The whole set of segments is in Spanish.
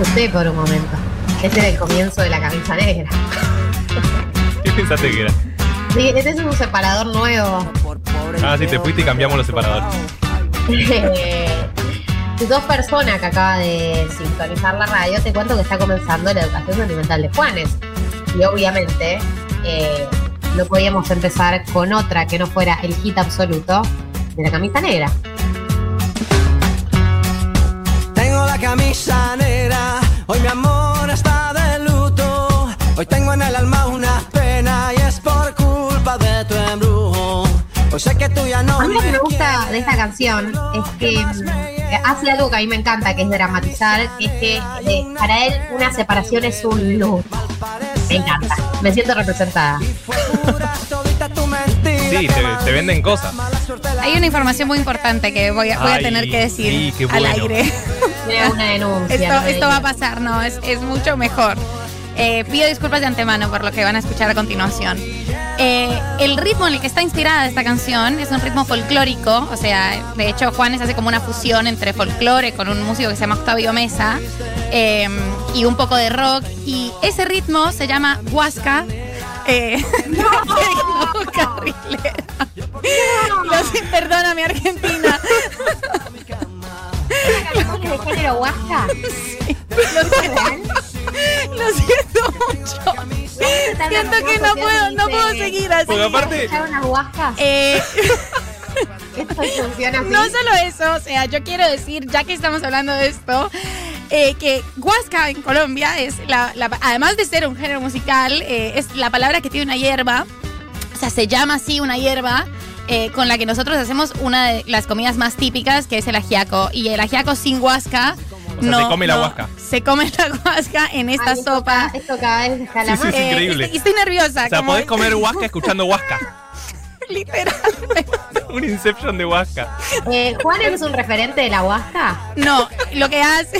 asusté por un momento. Ese era el comienzo de la camisa negra. ¿Qué pensaste que era? Sí, este es un separador nuevo. Ah, sí, te fuiste y cambiamos los separadores. Dos personas que acaba de sintonizar la radio, te cuento que está comenzando la educación sentimental de Juanes. Y obviamente no podíamos empezar con otra que no fuera el hit absoluto de la camisa negra. Tengo la camisa negra, hoy mi amor está de luto. Hoy tengo en el alma una pena y es por culpa de tu embrujo. Hoy sé que tú ya no. A mí lo que me gusta de esta canción es que hace algo que a mí me encanta, que es dramatizar, que es que para él una separación es un luto. Me encanta, me siento representada. Sí, te venden cosas. Hay una información muy importante que voy a tener que decir sí, al aire. Tiene una denuncia. Esto va a pasar, no, es mucho mejor. Pido disculpas de antemano por lo que van a escuchar a continuación. El ritmo en el que está inspirada esta canción es un ritmo folclórico, o sea, de hecho Juanes hace como una fusión entre folclore con un músico que se llama Octavio Mesa y un poco de rock, y ese ritmo se llama huasca. No, carrilera. Perdona, mi Argentina. ¿De género huasca? Sí. Lo siento mucho. Siento que no puedo seguir así. Porque aparte, unas huascas. Esto funciona así. No solo eso, o sea, yo quiero decir, ya que estamos hablando de esto, que huasca en Colombia es además de ser un género musical, es la palabra que tiene una hierba. O sea, se llama así una hierba con la que nosotros hacemos una de las comidas más típicas, que es el ajiaco. Y el ajiaco sin huasca. O sea, se come la huasca. Se come la huasca en esta sopa. Esto cada vez está la Sí, es increíble. Estoy nerviosa. O sea, podés comer huasca escuchando huasca. Literalmente. Un Inception de huasca. ¿Juan es un referente de la huasca? No, lo que hace...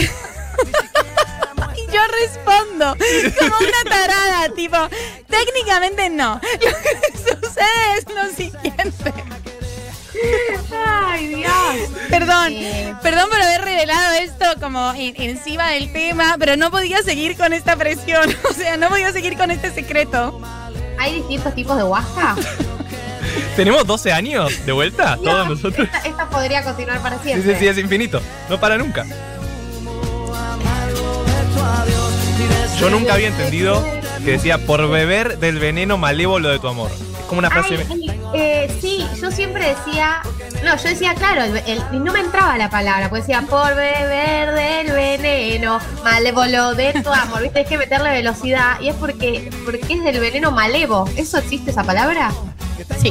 Y yo respondo como una tarada, tipo, técnicamente no. Lo que sucede es lo siguiente. Ay, Dios. Perdón por haber revelado esto como encima del tema, pero no podía seguir con esta presión. O sea, no podía seguir con este secreto. ¿Hay distintos tipos de huasca? ¿Tenemos 12 años de vuelta? Todos nosotros. Esta podría continuar para siempre. Sí, es infinito. No para nunca. Yo nunca había entendido que decía por beber del veneno malévolo de tu amor. Es como una frase. Sí, yo siempre decía. No, yo decía, claro, no me entraba la palabra, pues decía por beber del veneno malévolo de tu amor. ¿Viste? Hay que meterle velocidad y es porque es del veneno malevo. ¿Eso existe esa palabra? Sí.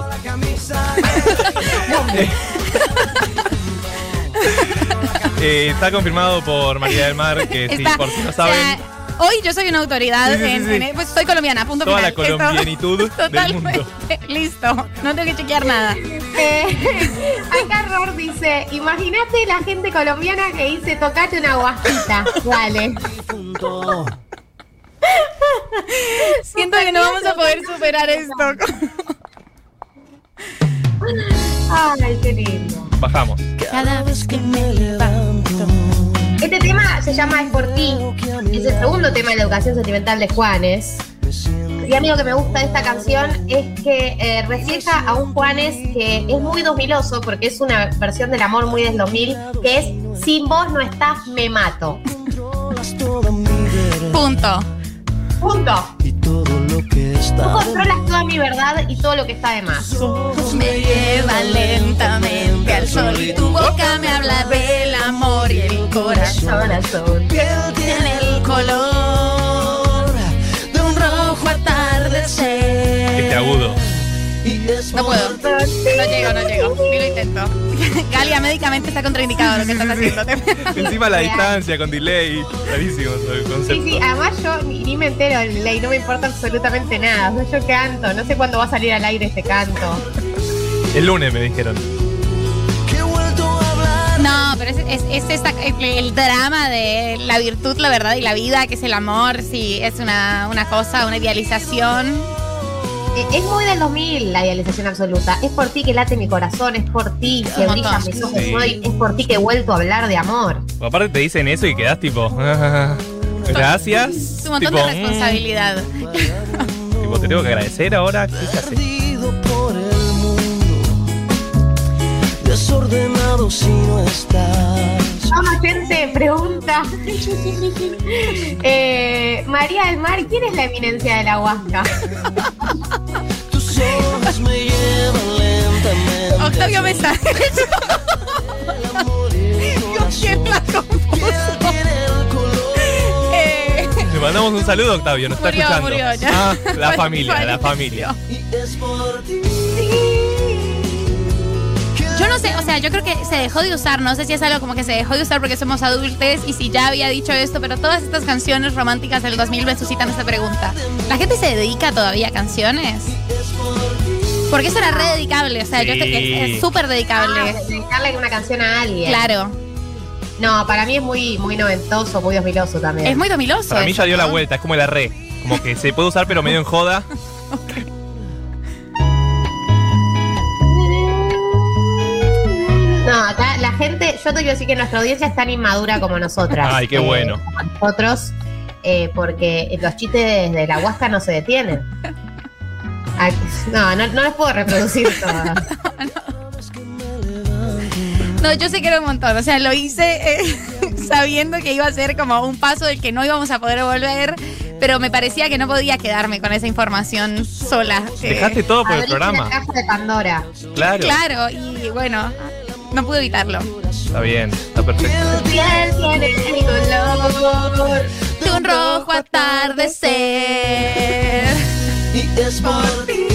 Está confirmado por María del Mar que sí, por si no saben. O sea, hoy yo soy una autoridad sí. pues soy colombiana, punto Toda final. La colombianitud del mundo. Listo, no tengo que chequear nada. Acá Ror dice, imagínate la gente colombiana que dice tocate una guasquita. Vale. Siento que no vamos a poder superar esto. Ay, qué lindo. Bajamos. Cada vez que me levanto. Este tema se llama Es por ti. Es el segundo tema de la educación sentimental de Juanes. Y a mí lo que me gusta de esta canción es que refleja a un Juanes que es muy 2000oso, porque es una versión del amor muy del 2000, que es sin vos no estás, me mato. Punto. Tú controlas toda mi verdad y todo lo que está de más. Me lleva lentamente al sol y tu boca me habla del amor y el corazón tiene el color de un rojo atardecer. Este agudo. No puedo, no llego, ni lo intento. Galia, médicamente está contraindicado lo que estás haciendo. Encima la distancia con delay, clarísimo el concepto. Sí, además yo ni me entero del delay, no me importa absolutamente nada. O sea, yo canto, no sé cuándo va a salir al aire este canto. El lunes me dijeron. No, pero es el drama de la virtud, la verdad y la vida, que es el amor. Sí, es una cosa, una idealización. Es muy del 2000 la idealización absoluta. Es por ti que late mi corazón, es por ti que brillan mis ojos hoy, es por ti que he vuelto a hablar de amor. Aparte te dicen eso y quedás tipo... Gracias. Es un montón de responsabilidad. Tipo, te tengo que agradecer ahora. ¿Qué se hace? Por el mundo, desordenado si no estás. Una gente pregunta. María del Mar, ¿quién es la eminencia de la Huasca? Tus ojos me llevan lentamente. Octavio Mesa. ¿Quién la compuso? Le mandamos un saludo, Octavio, nos está escuchando. Murió ya. Ah, la familia. Y es por ti. Yo no sé, o sea, yo creo que se dejó de usar, no sé si es algo como que se dejó de usar porque somos adultos y si ya había dicho esto, pero todas estas canciones románticas del 2000 me suscitan esta pregunta. ¿La gente se dedica todavía a canciones? Porque eso era re dedicable, o sea, yo sé que es súper dedicable. Dedicarle una canción a alguien. Claro. No, para mí es muy noventoso, muy 2000oso también. Es muy 2000oso. Para mí eso, ya dio ¿no? la vuelta, es como la re. Como que se puede usar pero medio en joda. No, acá la gente, yo te quiero decir que nuestra audiencia es tan inmadura como nosotras. Ay, qué bueno. Como nosotros, porque los chistes de la Huasca no se detienen. No los puedo reproducir todas. No, yo sé que era un montón, o sea, lo hice sabiendo que iba a ser como un paso del que no íbamos a poder volver, pero me parecía que no podía quedarme con esa información sola. Dejaste todo por el Abriste programa. la caja de Pandora. Claro. Claro, y bueno, no pude evitarlo. Está bien, está perfecto. Tu piel tiene el color De un rojo atardecer. Y es por ti.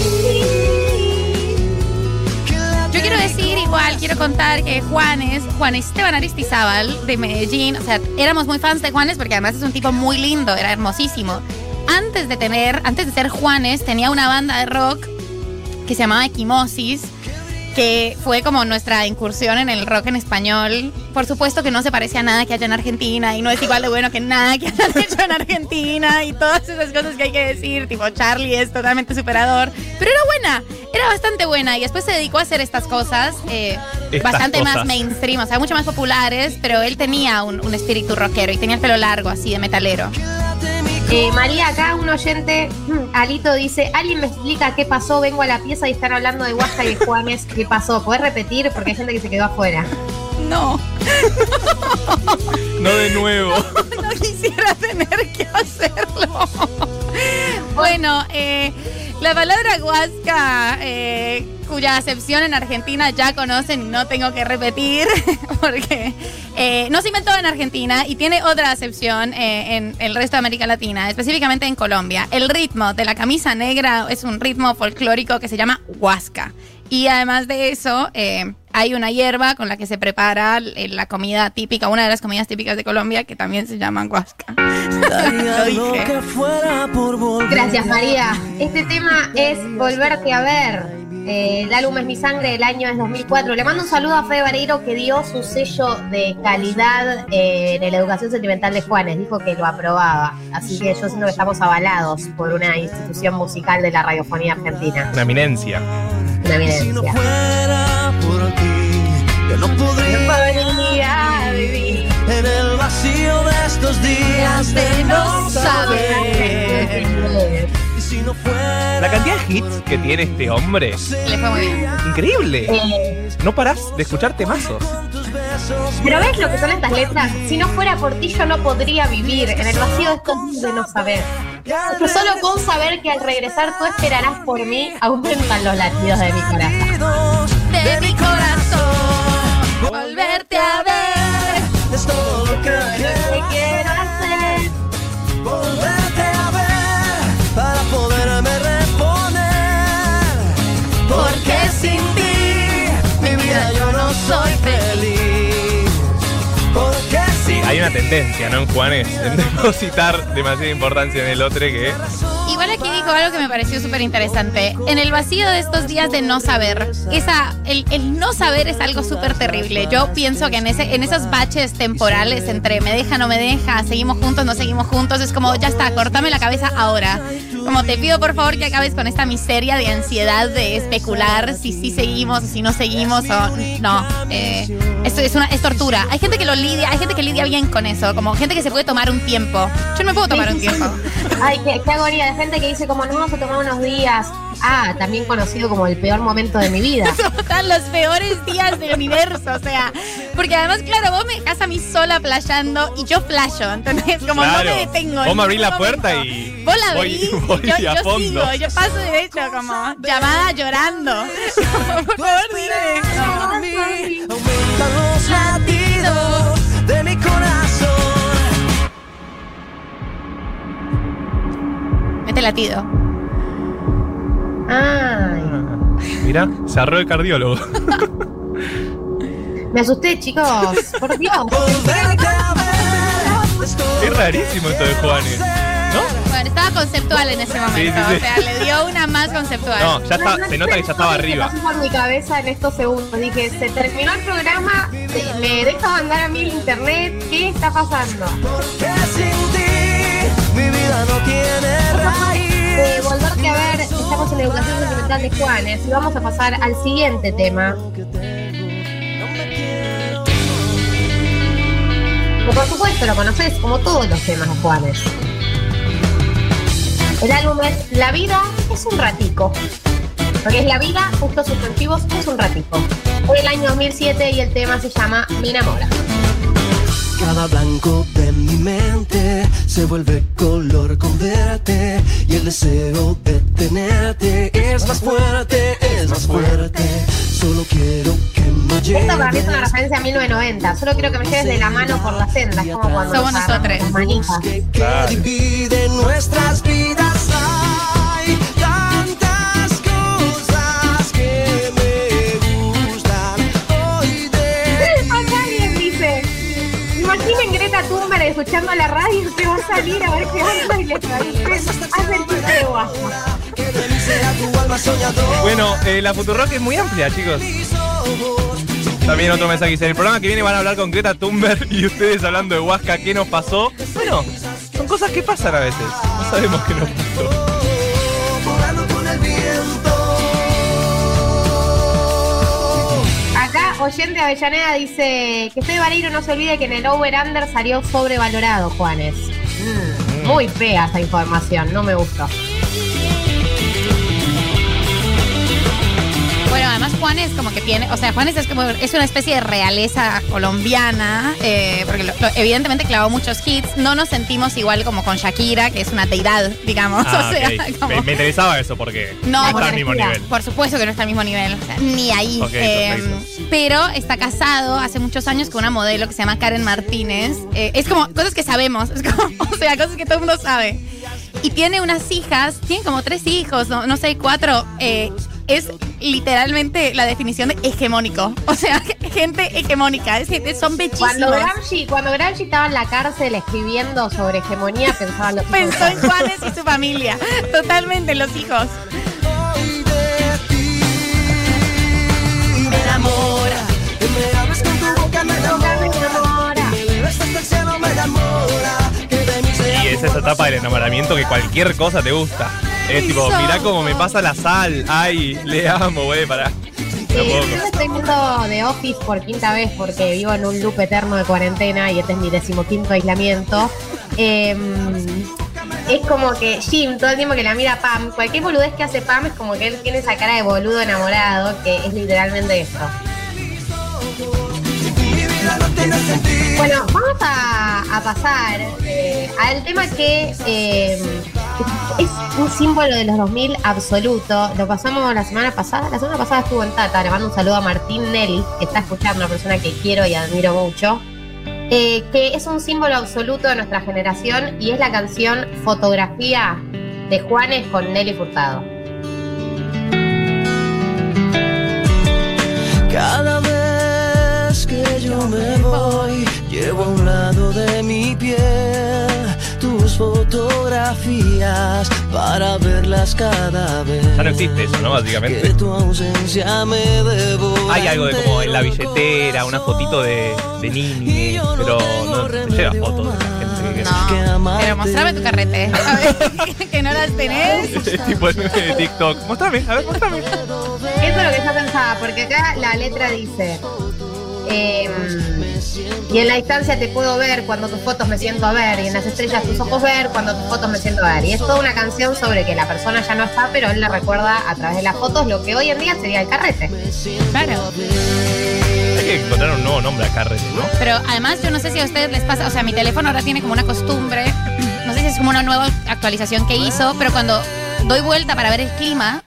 Yo quiero decir igual, quiero contar que Juan Esteban Aristizábal de Medellín, o sea, éramos muy fans de Juanes porque además es un tipo muy lindo, era hermosísimo. Antes de ser Juanes, tenía una banda de rock que se llamaba Equimosis, que fue como nuestra incursión en el rock en español. Por supuesto que no se parece a nada que haya en Argentina y no es igual de bueno que nada que hayan hecho en Argentina y todas esas cosas que hay que decir, tipo Charlie es totalmente superador, pero era buena, era bastante buena y después se dedicó a hacer estas cosas bastante más mainstream, o sea, mucho más populares, pero él tenía un espíritu rockero y tenía el pelo largo así de metalero. María, acá un oyente, Alito, dice: ¿alguien me explica qué pasó? Vengo a la pieza y están hablando de Huasca y de Juanes. ¿Qué pasó? ¿Podés repetir? Porque hay gente que se quedó afuera. No. No de nuevo. No quisiera tener que hacerlo. Bueno, la palabra Huasca, cuya acepción en Argentina ya conocen y no tengo que repetir, porque no se inventó en Argentina y tiene otra acepción en el resto de América Latina, específicamente en Colombia. El ritmo de la camisa negra es un ritmo folclórico que se llama huasca. Y además de eso, hay una hierba con la que se prepara la comida típica, una de las comidas típicas de Colombia, que también se llama huasca. Lo dije. Gracias, María. Este tema es Volverte a Ver. El álbum Es Mi Sangre, el año es 2004. Le mando un saludo a Fede Vareiro, que dio su sello de calidad en la educación sentimental de Juanes. Dijo que lo aprobaba. Así que yo siento que estamos avalados por una institución musical de la radiofonía argentina. Una eminencia. Una eminencia. Si no fuera por ti, yo no podría vivir en el vacío de estos días de no saber. Y si no fuera La cantidad de hits que tiene este hombre, Le fue muy bien. increíble. No parás de escuchar temazos. Pero ves lo que son estas letras. Si no fuera por ti yo no podría vivir en el vacío de estos días de no saber. Pero solo con saber que al regresar tú esperarás por mí, aumentan los latidos de mi corazón. De mi corazón, volverte a ver. es todo lo que Te quiero hacer. volverte a ver para poderme reponer. Porque sin ti mi vida yo no soy feliz. Porque Sí, sin hay una tendencia, ¿no? En Juanes, en depositar demasiada importancia en el otro que... Igual aquí dijo algo que me pareció súper interesante. En el vacío de estos días de no saber, el no saber es algo súper terrible. Yo pienso que en esos baches temporales entre me deja, no me deja, seguimos juntos, no seguimos juntos, es como, ya está, cortame la cabeza ahora. Como te pido por favor que acabes con esta miseria de ansiedad de especular si sí seguimos o si no seguimos o no. Esto es tortura. Hay gente que lo lidia, hay gente que lidia bien con eso, como gente que se puede tomar un tiempo. Yo no me puedo tomar un tiempo. Ay, qué agonía. La gente que dice como no vamos a tomar unos días. También conocido como el peor momento de mi vida. Son los peores días del universo, o sea, porque además, claro, vos me dejás a mí sola playando y yo playo, ¿entendés? Como Claro. no me detengo. Vos me abrís la momento. puerta y Vos la abrís, voy yo a fondo. sigo, yo paso derecho como llamada llorando. Por favor, dime. Aumentan los latidos de mi corazón. Mete latido. Ay, Mira, se agarró el cardiólogo. me asusté, chicos. Por Dios. Volverte a ver. Es rarísimo esto de Juanes, ¿no? Bueno, estaba conceptual en ese momento, sí. o sea, le dio una más conceptual. No, ya está, se nota que ya estaba arriba. Pasó por mi cabeza en estos segundos. Dije, se terminó el programa, me deja mandar a mí el internet. ¿Qué está pasando? Porque sin ti mi vida no tiene raíz. Volverte a ver, estamos en Educación Sentimental de Juanes y vamos a pasar al siguiente tema. Que por supuesto lo conoces como todos los temas de Juanes. El álbum es La vida es un ratico. Porque es La vida, justos sustantivos, es un ratico. Es el año 2007 y el tema se llama Me enamora. Cada blanco de mi mente se vuelve color con verte y el deseo de tenerte es más fuerte, es más fuerte. Solo quiero que me lleves. Esto para mí es una referencia a 1990. Solo quiero que me lleves de la mano por la senda. Es como cuando Somos nos agarramos nosotros. las manijas. Que Claro. divide nuestras vidas. Hay tantas cosas que me gustan hoy de ti. Acá alguien dice, imaginen Greta Thunberg escuchando la radio, se va a salir a ver qué onda y le traduce. Hace el chiste de guapo. Que de mí sea tu alma soñadora. Bueno, la Futurock es muy amplia, chicos. También otro mensaje dice, en el programa que viene van a hablar con Greta Thunberg y ustedes hablando de Huasca, ¿qué nos pasó? Bueno, son cosas que pasan a veces. No sabemos qué nos pasó. Volando con el viento. Acá, oyente Avellaneda dice que Fede Vareiro no se olvide que en el over-under salió sobrevalorado, Juanes. Muy fea esa información, no me gustó. Bueno, además Juanes como que tiene, o sea, Juanes es como es una especie de realeza colombiana, porque evidentemente clavó muchos hits. No nos sentimos igual como con Shakira, que es una deidad, digamos. O sea, ok. como, Me interesaba eso porque No, no está por al mismo nivel. por supuesto que no está al mismo nivel, o sea, ni ahí. Ok, perfecto. Pero está casado hace muchos años con una modelo que se llama Karen Martínez. Es como cosas que sabemos, es como, o sea, cosas que todo el mundo sabe. Y tiene unas hijas, tiene como 3 hijos, no sé, 4. Es literalmente la definición de hegemónico. O sea, gente hegemónica. Son bellísimos. Cuando Gramsci estaba en la cárcel escribiendo sobre hegemonía, pensaba en los hijos. Pensó en Juanes y su familia. Totalmente, los hijos. Hoy de ti me enamora. Me hablas con tu boca, me enamora. Me llevas hasta el cielo, me enamora. Que de mí sea Y es esa etapa del enamoramiento que cualquier cosa te gusta. Es tipo, mirá cómo me pasa la sal. Ay, le amo, güey, pará. Sí, No puedo. yo estoy viendo The Office por 5ª vez porque vivo en un loop eterno de cuarentena y este es mi 15º aislamiento. Es como que Jim, todo el tiempo que la mira a Pam, cualquier boludez que hace Pam es como que él tiene esa cara de boludo enamorado, que es literalmente eso. Bueno, vamos a pasar al tema que es un símbolo de los 2000 absoluto. Lo pasamos la semana pasada. La semana pasada estuvo en Tata. Le mando un saludo a Martín Nelly, que está escuchando, una persona que quiero y admiro mucho. Que es un símbolo absoluto de nuestra generación y es la canción Fotografía de Juanes con Nelly Furtado. Cada vez que yo me voy, llevo a un lado de mi piel tus fotografías para verlas cada vez. Ya no existe eso, ¿no? Básicamente. Que tu ausencia me devora. Hay algo de como en la billetera, una fotito de niño, pero no se lleva fotos de la gente que No, pero mostrame tu carrete. A ver, que no las tenés. es tipo el meme de TikTok. Mostrame, a ver, mostrame. Eso es lo que yo pensaba, porque acá la letra dice: y en la distancia te puedo ver cuando tus fotos me siento a ver, y en las estrellas tus ojos ver cuando tus fotos me siento a ver. Y es toda una canción sobre que la persona ya no está, pero él le recuerda a través de las fotos lo que hoy en día sería el carrete. Claro. Hay que encontrar un nuevo nombre a carrete, ¿no? Pero además yo no sé si a ustedes les pasa, o sea, mi teléfono ahora tiene como una costumbre, no sé si es como una nueva actualización que hizo, pero cuando doy vuelta para ver el clima,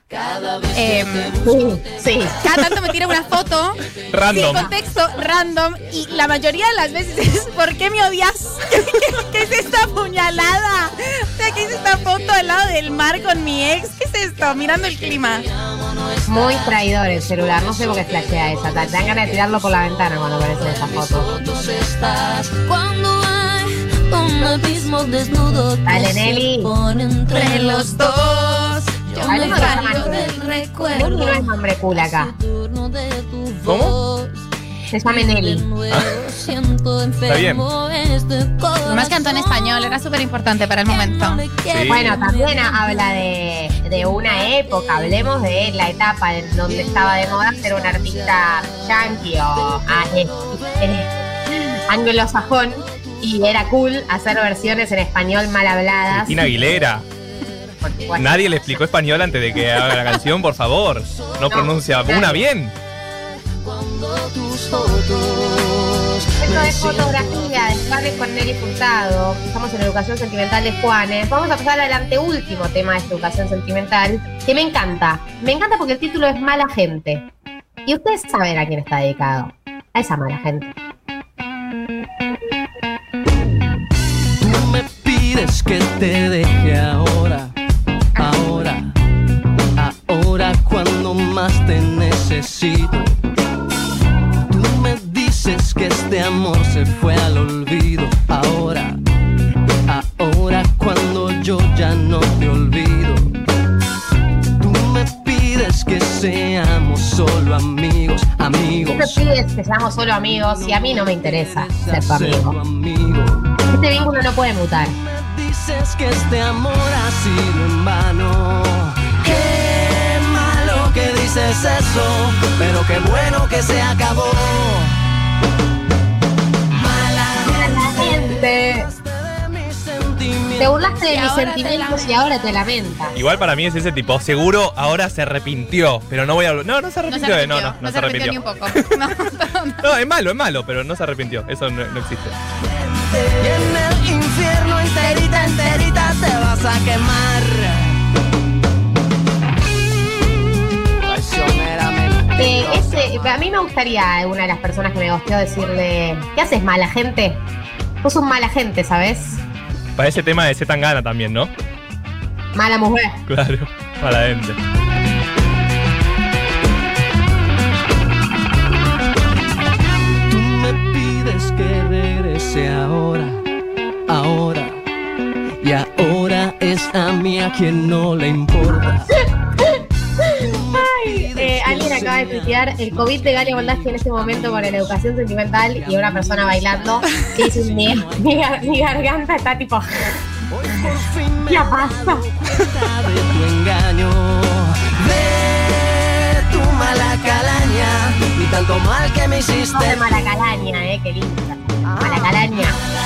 Sí. cada tanto me tira una foto Random. sin contexto, random, y la mayoría de las veces es ¿por qué me odias? ¿Qué es esta puñalada? O sea, ¿qué es esta foto al lado del mar con mi ex? ¿Qué es esto? Mirando el clima. Muy traidor el celular, no sé por qué flashea esa. Te dan ganas de tirarlo por la ventana cuando aparecen esas fotos. Cuando hay un abismo desnudo que Dale, se Nelly. pone entre los dos. Yo Dale, me no la callo llamas. del Nelly recuerdo. no es nombre cool acá. Turno de tu ¿Cómo? voz. Se llama Nelly. Siento enfermo este corazón. Además cantó en español, era súper importante para el momento. Sí. Bueno, también habla de una época. Hablemos de la etapa en donde estaba de moda ser un artista yankee o anglosajón, y era cool hacer versiones en español mal habladas. Cristina Aguilera. Por supuesto. Nadie le explicó español antes de que haga la canción, por favor. No pronuncia nadie. una bien. Esto es fotografía de Juanes con Nelly Furtado. Estamos en Educación Sentimental de Juanes. Vamos a pasar al anteúltimo tema de esta Educación Sentimental, que me encanta. Me encanta porque el título es Mala Gente. Y ustedes saben a quién está dedicado. A esa mala gente. Tú me pides que te deje ahora, ahora cuando más te necesito. Tú me dices que este amor se fue al olvido, ahora cuando yo ya no te olvido. Tú me pides que seamos solo amigos. Tú te pides que seamos solo amigos y a mí no me interesa ser tu amigo. Este vínculo no puede mutar. Me dices que este amor ha sido en vano. Qué malo que dices eso, pero qué bueno que se acabó. Mala gente. Te burlaste de mis sentimientos y ahora te lamentas. Igual para mí es ese tipo, seguro ahora se arrepintió, pero no voy a hablar. No se arrepintió. No se arrepintió ni un poco. No, es malo, pero no se arrepintió. Eso no existe. Y en el infierno enterita te vas a quemar. A mí me gustaría a una de las personas que me gosteó decirle: ¿qué haces, mala gente? Vos sos mala gente, ¿sabes? Para ese tema de Zetangana también, ¿no? Mala mujer. Claro, mala gente. Tú me pides que regrese ahora. Y ahora es a mí a quien no le importa. Alguien acaba de tuitear el COVID de Galia Moldavsky en este momento con la educación sentimental y una persona bailando que dice: mi garganta está tipo. ¿Qué pasa? De tu engaño, de tu mala calaña y tanto mal que me hiciste. No de mala calaña, qué linda. Mala calaña.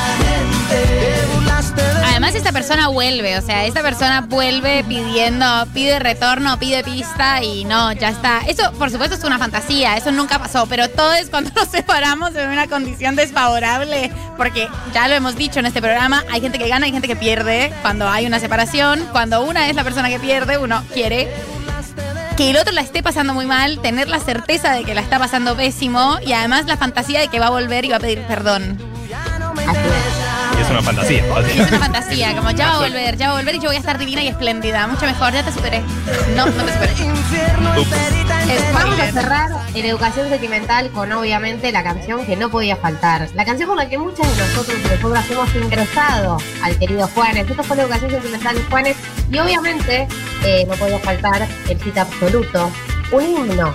Además esta persona vuelve, o sea, esta persona vuelve pide retorno, pide pista y no, ya está. Eso, por supuesto, es una fantasía, eso nunca pasó, pero todo es cuando nos separamos en una condición desfavorable, porque ya lo hemos dicho en este programa, hay gente que gana, hay gente que pierde cuando hay una separación. Cuando una es la persona que pierde, uno quiere que el otro la esté pasando muy mal, tener la certeza de que la está pasando pésimo y además la fantasía de que va a volver y va a pedir perdón. Así es. Y es una fantasía. Y es una fantasía, como ya va a volver y yo voy a estar divina y espléndida, mucho mejor, ya te superé. No te superé. Vamos a cerrar en Educación Sentimental con, obviamente, la canción que no podía faltar. La canción por la que muchas de nosotros y nosotras hemos ingresado al querido Juanes. Esto fue la Educación Sentimental de Juanes. Y obviamente no podía faltar el hit absoluto. Un himno.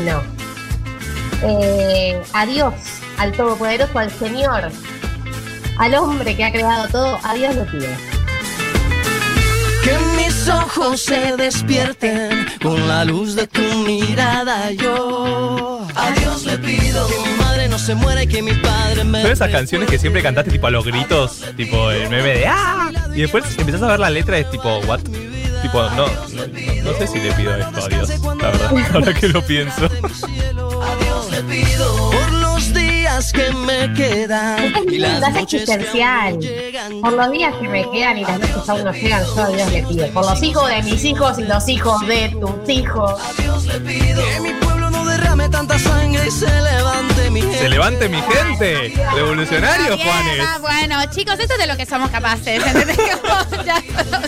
Adiós al Todopoderoso, al Señor. al hombre que ha creado todo, a Dios le pido. Que mis ojos se despierten con la luz de tu mirada. Yo a Dios le pido que mi madre no se muera y que mi padre me... Son esas canciones que siempre cantaste tipo a los gritos, tipo el meme de ¡ah! Y después empezás a ver la letra y es tipo ¿what? Tipo, no sé si le pido esto a Dios, la verdad, ahora que lo pienso. A Dios le pido por los días que me quedan. Esta es Y las linda, es noches existencial. que llegan. Por los días que me quedan y las noches aún no llegan, yo a Dios le pido. Por los hijos de mis hijos y los hijos de tus hijos. A Dios le pido que mi pueblo no derrame tanta sangre y se levante mi gente. ¡Se levante mi gente! ¡Revolucionario, Bien, Juanes! bueno, chicos, esto es de lo que somos capaces, ¿entendés? Como ya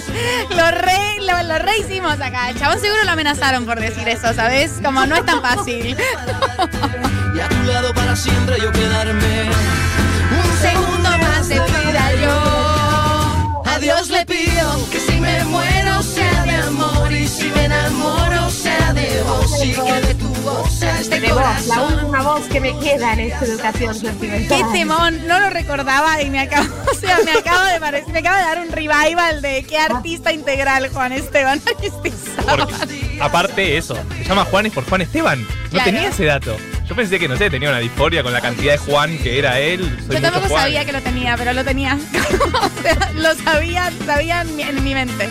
lo re hicimos acá. El chabón seguro lo amenazaron por decir eso, ¿sabes? Como no es tan fácil. Y a tu lado para siempre yo quedarme. Un segundo más de vida yo. A Dios le pido que si me muero sea de amor y si me enamoro sea de vos y que de tu voz sea este De vos, la corazón. última voz que me queda en esta educación sentimental. Qué temón, no lo recordaba y me acaba de dar un revival de qué artista integral Juan Esteban. Aquí estoy Porque, aparte eso, se llama Juanes por Juan Esteban. No Claro. tenía ese dato. Yo pensé que, no sé, tenía una disforia con la cantidad de Juan que era él. Soy Yo tampoco mucho Juan. sabía que lo tenía, pero lo tenía. O sea, lo sabía en mi mente.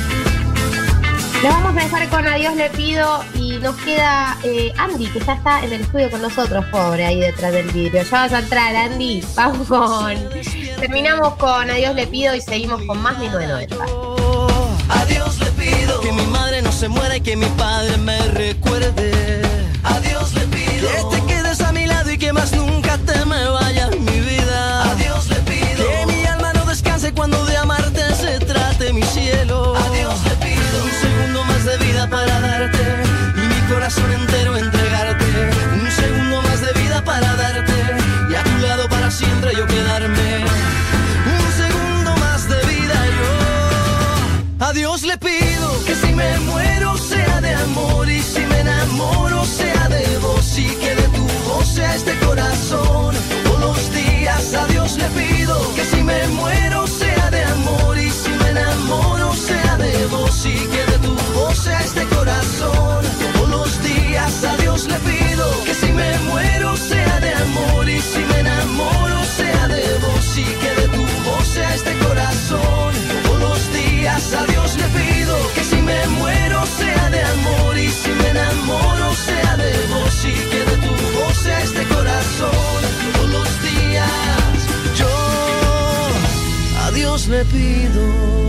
Lo vamos a dejar con Adiós le pido y nos queda Andy, que ya está en el estudio con nosotros, pobre, ahí detrás del vidrio. Ya vas a entrar, Andy. Vamos con... Terminamos con Adiós le pido y seguimos con más 1990. A Dios le pido que mi madre no se muera y que mi padre me recuerde. A Dios le pido que te quedes a mi lado y que más nunca te me vayas, mi vida. A Dios le pido que mi alma no descanse cuando de amarte se trate, mi cielo. A Dios le pido un segundo más de vida para darte y mi corazón entero entregarte. Un segundo más de vida para darte y a tu lado para siempre yo quedarme. Un segundo más de vida yo. A Dios le pido que si me muero sea de amor y si me enamoro sea de vos y que de tu voz sea este corazón. Todos los días a Dios le pido que si me muero sea de amor y si me enamoro sea de vos y que de tu voz sea este corazón. Todos los días a Dios le pido que si me muero sea de amor y si me enamoro sea de vos y que de tu voz sea este corazón. Todos los días a Dios le pido que si me muero sea de amor y si me enamoro sea de vos y que de tu voz sea este corazón. Todos los días yo a Dios le pido.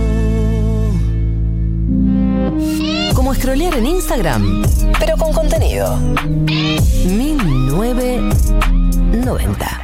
Como scrollear en Instagram, pero con contenido. 1990.